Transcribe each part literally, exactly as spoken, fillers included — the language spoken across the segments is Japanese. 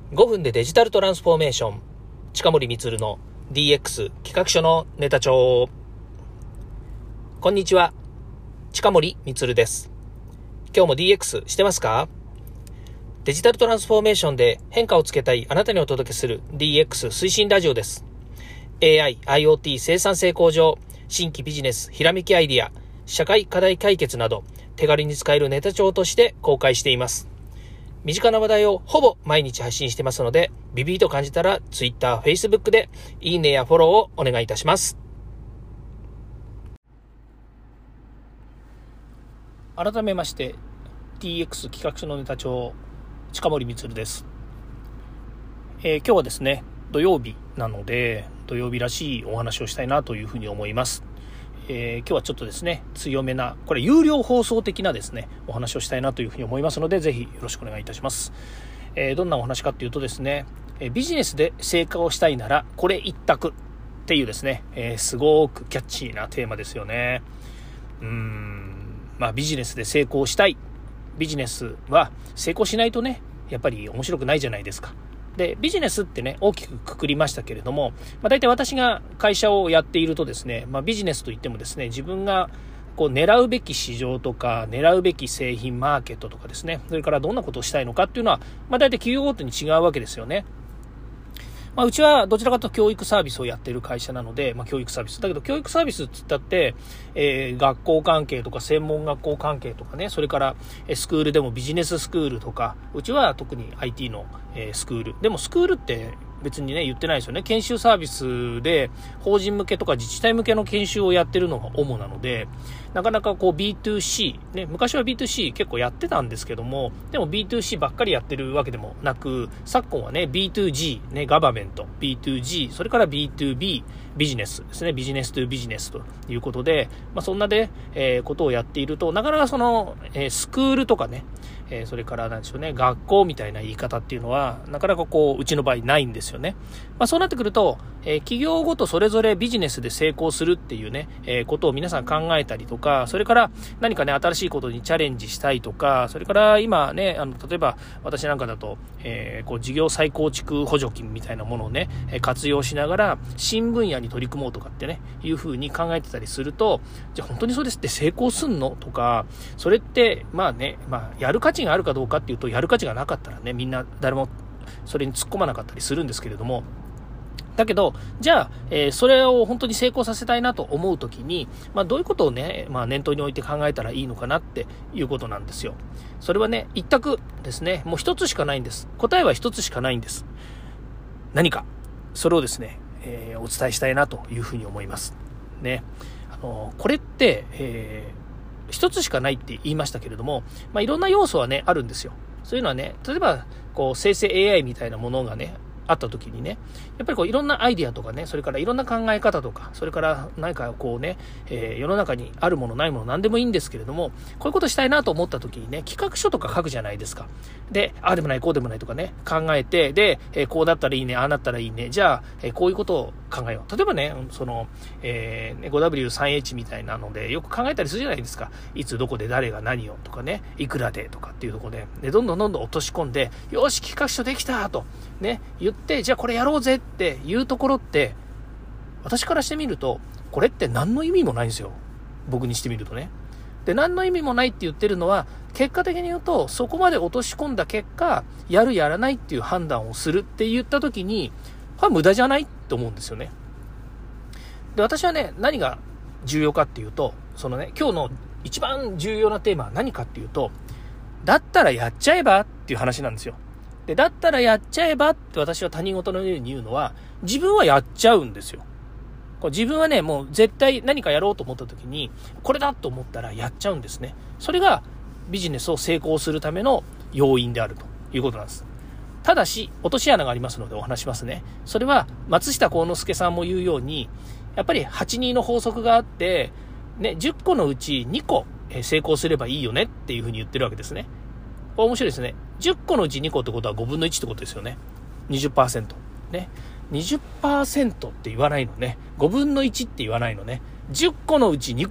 ごふんでデジタルトランスフォーメーション、近森光の ディーエックス 企画書のネタ帳。こんにちは、近森光です。今日も ディーエックス してますか？デジタルトランスフォーメーションで変化をつけたいあなたにお届けする ディーエックス 推進ラジオです。エーアイ、アイオーティー 生産性向上、新規ビジネス、ひらめきアイディア、社会課題解決など手軽に使えるネタ帳として公開しています。身近な話題をほぼ毎日配信してますので、ビビーと感じたら Twitter、Facebook でいいねやフォローをお願いいたします。改めまして ディーエックス 企画書のネタ帳、近森光です。えー、今日はですね土曜日なので土曜日らしいお話をしたいなというふうに思います。えー、今日はちょっとですね強めなこれ有料放送的なですねお話をしたいなというふうに思いますので、ぜひよろしくお願いいたします。えー、どんなお話かというとですね、えー、ビジネスで成果をしたいならこれ一択っていうですね、えー、すごくキャッチーなテーマですよね。うーんまあビジネスで成功したい、ビジネスは成功しないとねやっぱり面白くないじゃないですか。でビジネスってね大きくくくりましたけれども、まあ、大体私が会社をやっているとですね、まあ、ビジネスといってもですね自分がこう狙うべき市場とか狙うべき製品マーケットとかですね、それからどんなことをしたいのかっていうのは、まあ、大体企業ごとに違うわけですよね。まあ、うちはどちらかというと教育サービスをやっている会社なので、まあ、教育サービスだけど教育サービスって言ったって、えー、学校関係とか専門学校関係とかね、それからスクールでもビジネススクールとか、うちは特に アイティー の、えー、スクールでもスクールって別にね言ってないですよね。研修サービスで法人向けとか自治体向けの研修をやってるのが主なので、なかなかこう ビーツーシー、ね、昔は ビーツーシー 結構やってたんですけども、でも ビーツーシー ばっかりやってるわけでもなく、昨今はね ビーツージー、ね、ガバメント ビーツージー、 それから ビーツービー ビジネスですね、ビジネストゥビジネスということで、まあ、そんなで、えー、ことをやっていると、なかなかその、えー、スクールとかね、えー、それからなんでしょうね、学校みたいな言い方っていうのはなかなかこううちの場合ないんですよね。まあ、そうなってくると、えー、企業ごとそれぞれビジネスで成功するっていうね、えー、ことを皆さん考えたりとか、それから何かね新しいことにチャレンジしたいとか、それから今ねあの例えば私なんかだと、えー、こう事業再構築補助金みたいなものをね活用しながら新分野に取り組もうとかってねいうふうに考えてたりすると、じゃあ本当にそれって成功すんのとか、それってまあね、まあ、やる価値があるかどうかっていうと、やる価値がなかったらねみんな誰もそれに突っ込まなかったりするんですけれども、だけどじゃあ、えー、それを本当に成功させたいなと思うときに、まあ、どういうことをね、まあ、念頭に置いて考えたらいいのかなっていうことなんですよ。それはね一択ですね。もう一つしかないんです。答えは一つしかないんです。何かそれをですね、えー、お伝えしたいなというふうに思いますね。あのこれって、えー、一つしかないって言いましたけれども、まあ、いろんな要素はねあるんですよ。そういうのはね、例えばこう生成 エーアイ みたいなものがねあった時にね、やっぱりこういろんなアイディアとかね、それからいろんな考え方とか、それから何かこうね、えー、世の中にあるものないもの何でもいいんですけれども、こういうことしたいなと思った時にね、企画書とか書くじゃないですか。で、ああでもないこうでもないとかね考えて、で、えー、こうだったらいいね、ああなったらいいね、じゃあ、えー、こういうことを考えよう。例えばね、その、えー、ごダブリュースリーエイチ みたいなのでよく考えたりするじゃないですか。いつどこで誰が何をとかね、いくらでとかっていうところで、でどんどんどんどん落とし込んで、よし企画書できたとね言って、じゃあこれやろうぜっていうところって、私からしてみるとこれって何の意味もないんですよ。僕にしてみるとね。で何の意味もないって言ってるのは、結果的に言うとそこまで落とし込んだ結果、やるやらないっていう判断をするって言った時に、これは無駄じゃないと思うんですよね。で私はね何が重要かっていうと、そのね今日の一番重要なテーマは何かっていうと、だったらやっちゃえばっていう話なんですよ。でだったらやっちゃえばって私は他人事のように言うのは、自分はやっちゃうんですよ。こう自分はねもう絶対何かやろうと思った時にこれだと思ったらやっちゃうんですね。それがビジネスを成功するための要因であるということなんです。ただし落とし穴がありますのでお話しますね。それは松下幸之助さんも言うように、やっぱりはちにの法則があって、ね、じゅっこのうちにこ成功すればいいよねっていうふうに言ってるわけですね。これ面白いですね。じゅっこのうちにこってことはごぶんのいちってことですよね。にじゅっパーセント ね。にじゅっパーセント って言わないのね。ごぶんのいちって言わないのね。じゅっこのうちにこ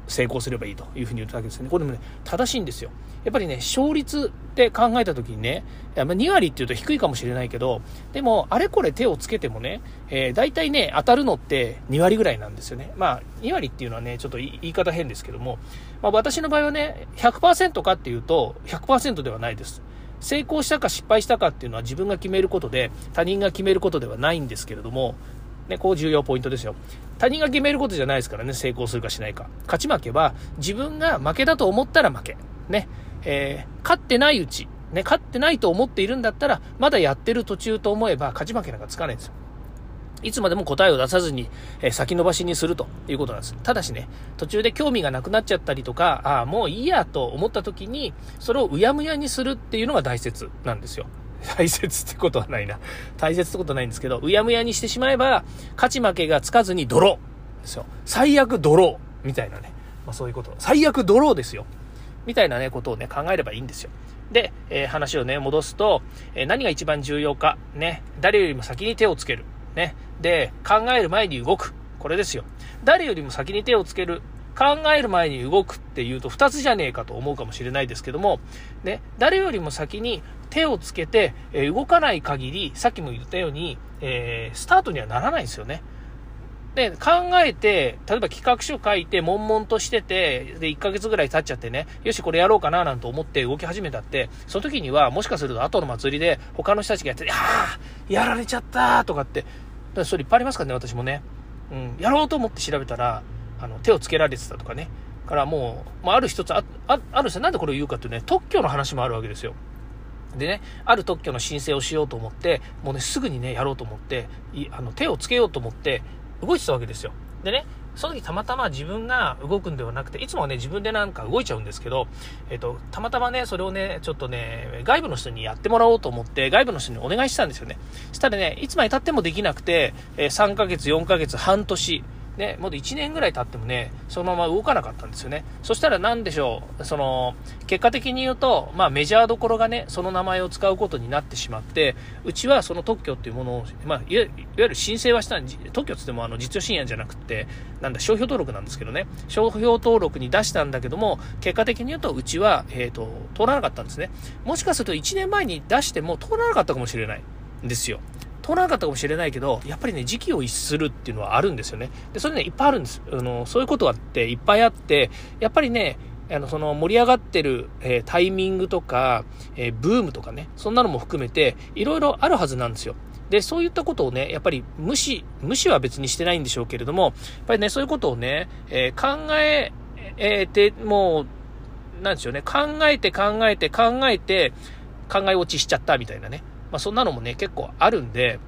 成功すればいいというふうに言ったわけですね。これもね、正しいんですよ。やっぱりね、勝率って考えたときにね、に割っていうと低いかもしれないけど、でも、あれこれ手をつけてもね、えー、大体ね、当たるのってに割ぐらいなんですよね。まあ、に割っていうのはね、ちょっと言い方変ですけども、まあ、私の場合はね、ひゃくパーセント かっていうと、ひゃくパーセント ではないです。成功したか失敗したかっていうのは自分が決めることで、他人が決めることではないんですけれども、ね、こう重要ポイントですよ。他人が決めることじゃないですからね、成功するかしないか。勝ち負けは自分が負けだと思ったら負け。ね。えー、勝ってないうち、ね、勝ってないと思っているんだったら、まだやってる途中と思えば勝ち負けなんかつかないんですよ。いつまでも答えを出さずに、えー、先延ばしにするということなんです。ただしね、途中で興味がなくなっちゃったりとか、ああ、もういいやと思った時に、それをうやむやにするっていうのが大切なんですよ。大切ってことはないな。大切ってことはないんですけど、うやむやにしてしまえば、勝ち負けがつかずにドローですよ。最悪ドローみたいなね。まあそういうこと。最悪ドローですよ。みたいなね、ことをね、考えればいいんですよ。で、えー、話をね、戻すと、えー、何が一番重要か。ね。誰よりも先に手をつける。ね。で、考える前に動く。これですよ。誰よりも先に手をつける。考える前に動くっていうと二つじゃねえかと思うかもしれないですけども、ね、誰よりも先に手をつけて、えー、動かない限り、さっきも言ったように、えー、スタートにはならないんですよね。で、考えて、例えば企画書書いて、悶々としてて、で、いっかげつぐらい経っちゃってね、よし、これやろうかな、なんて思って動き始めたって、その時には、もしかすると後の祭りで、他の人たちがやって、ああ、やられちゃったとかって、それいっぱいありますからね、私もね。うん、やろうと思って調べたら、あの手をつけられてたとかね。からもう、まあ、ある一つあ、あ、あるんですよ。なんでこれを言うかっていうね、特許の話もあるわけですよ。でね、ある特許の申請をしようと思って、もうね、すぐにね、やろうと思って、いあの手をつけようと思って、動いてたわけですよ。でね、その時たまたま自分が動くんではなくて、いつもはね、自分でなんか動いちゃうんですけど、えっと、たまたまね、それをね、ちょっとね、外部の人にやってもらおうと思って、外部の人にお願いしたんですよね。したらね、いつまで経ってもできなくて、さんかげつ、よんかげつ、半年、ね、もういちねんぐらい経ってもね、そのまま動かなかったんですよね。そしたらなんでしょう、その、結果的に言うと、まあメジャーどころがね、その名前を使うことになってしまって、うちはその特許っていうものを、まあ、いわゆる申請はしたんで、特許って言ってもあの実用新案じゃなくて、なんだ、商標登録なんですけどね、商標登録に出したんだけども、結果的に言うと、うちは、えっと、通らなかったんですね。もしかするといちねんまえに出しても通らなかったかもしれないんですよ。通らなかったかもしれないけど、やっぱりね、時期を逸するっていうのはあるんですよね。で、それね、いっぱいあるんです。あの、そういうことはっていっぱいあって、やっぱりね、あの、その盛り上がってる、えー、タイミングとか、えー、ブームとかね、そんなのも含めて、いろいろあるはずなんですよ。で、そういったことをね、やっぱり無視、無視は別にしてないんでしょうけれども、やっぱりね、そういうことをね、えー、考え、えー、て、もう、なんでしょうね、考えて考えて考えて、考え落ちしちゃったみたいなね。まあ、そんなのもね、結構あるんで、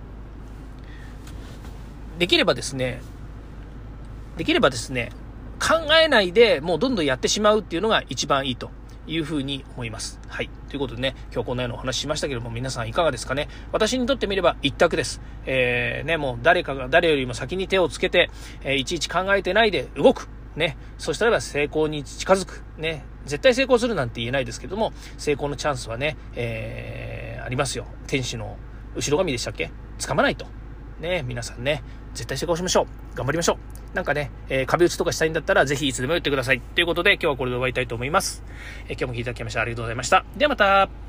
できればですね、できればですね、考えないでもうどんどんやってしまうっていうのが一番いいというふうに思います。はい。ということでね、今日こんなようなお話ししましたけども、皆さんいかがですかね。私にとってみれば一択です。えー、ね、もう誰かが誰よりも先に手をつけて、えー、いちいち考えてないで動く。ね。そしたら成功に近づく。ね。絶対成功するなんて言えないですけども、成功のチャンスはね、えー、ありますよ。天使の後ろ髪でしたっけ？掴まないと。ね、皆さんね、絶対成功しましょう。頑張りましょう。なんかね、えー、壁打ちとかしたいんだったら、ぜひいつでも言ってください。ということで、今日はこれで終わりたいと思います。えー、今日も聞いていただきましてありがとうございました。ではまた。